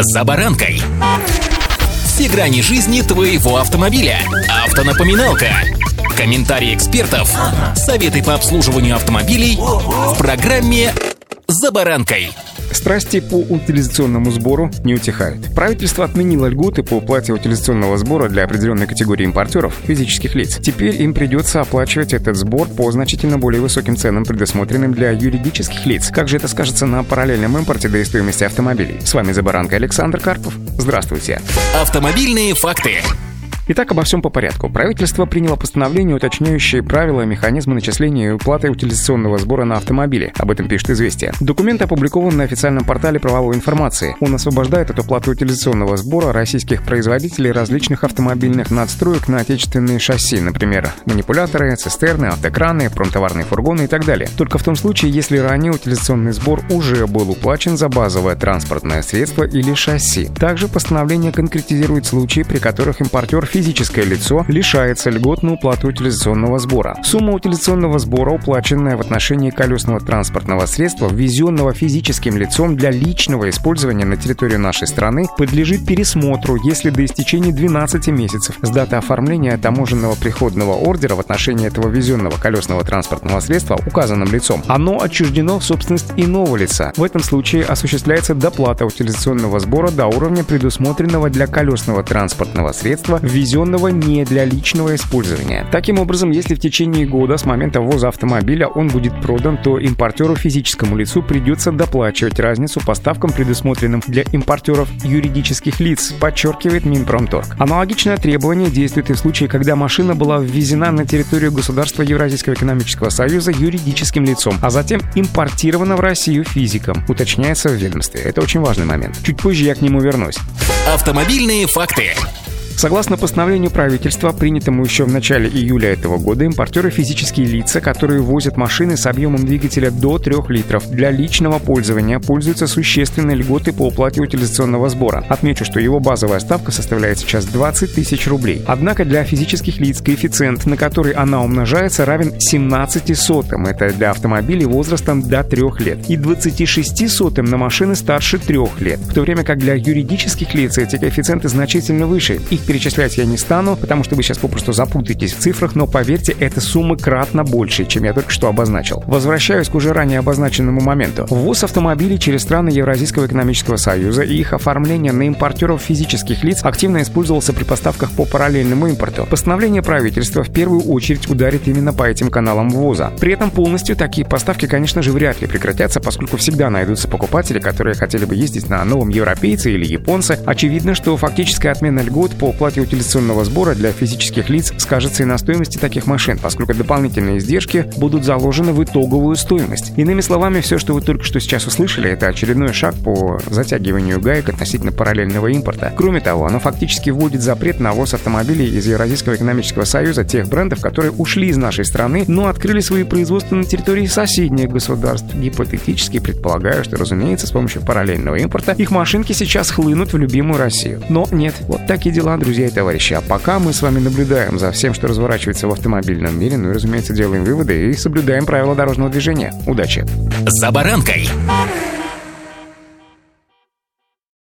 «За баранкой». Все грани жизни твоего автомобиля. Автонапоминалка. Комментарии экспертов. Советы по обслуживанию автомобилей в программе «За баранкой». Страсти по утилизационному сбору не утихают. Правительство отменило льготы по уплате утилизационного сбора для определенной категории импортеров, физических лиц. Теперь им придется оплачивать этот сбор по значительно более высоким ценам, предусмотренным для юридических лиц. Как же это скажется на параллельном импорте, да и стоимости автомобилей? С вами «За баранкой» Александр Карпов. Здравствуйте. Автомобильные факты. Итак, обо всем по порядку. Правительство приняло постановление, уточняющее правила и механизмы начисления и уплаты утилизационного сбора на автомобили. Об этом пишет «Известия». Документ опубликован на официальном портале правовой информации. Он освобождает от уплаты утилизационного сбора российских производителей различных автомобильных надстроек на отечественные шасси, например, манипуляторы, цистерны, автокраны, промтоварные фургоны и так далее. Только в том случае, если ранее утилизационный сбор уже был уплачен за базовое транспортное средство или шасси. Также постановление конкретизирует случаи, при которых импортер физическое лицо лишается льгот на уплату утилизационного сбора. Сумма утилизационного сбора, уплаченная в отношении колесного транспортного средства, ввезенного физическим лицом для личного использования на территории нашей страны, подлежит пересмотру, если до истечения 12 месяцев с даты оформления таможенного приходного ордера в отношении этого ввезенного колесного транспортного средства указанным лицом оно отчуждено в собственность иного лица. В этом случае осуществляется доплата утилизационного сбора до уровня, предусмотренного для колесного транспортного средства, ввезенного не для личного использования. Таким образом, если в течение года с момента ввоза автомобиля он будет продан, то импортеру физическому лицу придется доплачивать разницу по ставкам, предусмотренным для импортеров юридических лиц, подчеркивает Минпромторг. Аналогичное требование действует и в случае, когда машина была ввезена на территорию государства Евразийского экономического союза юридическим лицом, а затем импортирована в Россию физиком, уточняется в ведомстве. Это очень важный момент. Чуть позже я к нему вернусь. Автомобильные факты. Согласно постановлению правительства, принятому еще в начале июля этого года, импортеры — физические лица, которые ввозят машины с объемом двигателя до 3 литров для личного пользования, пользуются существенной льготой по уплате утилизационного сбора. Отмечу, что его базовая ставка составляет сейчас 20 тысяч рублей. Однако для физических лиц коэффициент, на который она умножается, равен 17 сотым. Это для автомобилей возрастом до 3 лет. И 26 сотым на машины старше 3 лет. В то время как для юридических лиц эти коэффициенты значительно выше. Их перечислять я не стану, потому что вы сейчас попросту запутаетесь в цифрах, но поверьте, эта сумма кратно больше, чем я только что обозначил. Возвращаюсь к уже ранее обозначенному моменту. Ввоз автомобилей через страны Евразийского экономического союза и их оформление на импортеров физических лиц активно использовался при поставках по параллельному импорту. Постановление правительства в первую очередь ударит именно по этим каналам ввоза. При этом полностью такие поставки, конечно же, вряд ли прекратятся, поскольку всегда найдутся покупатели, которые хотели бы ездить на новом европейце или японце. Очевидно, что фактическая отмена льгот по уплате утилизационного сбора для физических лиц скажется и на стоимости таких машин, поскольку дополнительные издержки будут заложены в итоговую стоимость. Иными словами, все, что вы только что сейчас услышали, это очередной шаг по затягиванию гаек относительно параллельного импорта. Кроме того, оно фактически вводит запрет на ввоз автомобилей из Евразийского экономического союза тех брендов, которые ушли из нашей страны, но открыли свои производства на территории соседних государств. Гипотетически предполагаю, что, разумеется, с помощью параллельного импорта их машинки сейчас хлынут в любимую Россию. Но нет, вот такие дела, друзья и товарищи. А пока мы с вами наблюдаем за всем, что разворачивается в автомобильном мире, ну и, разумеется, делаем выводы и соблюдаем правила дорожного движения. Удачи! «За баранкой».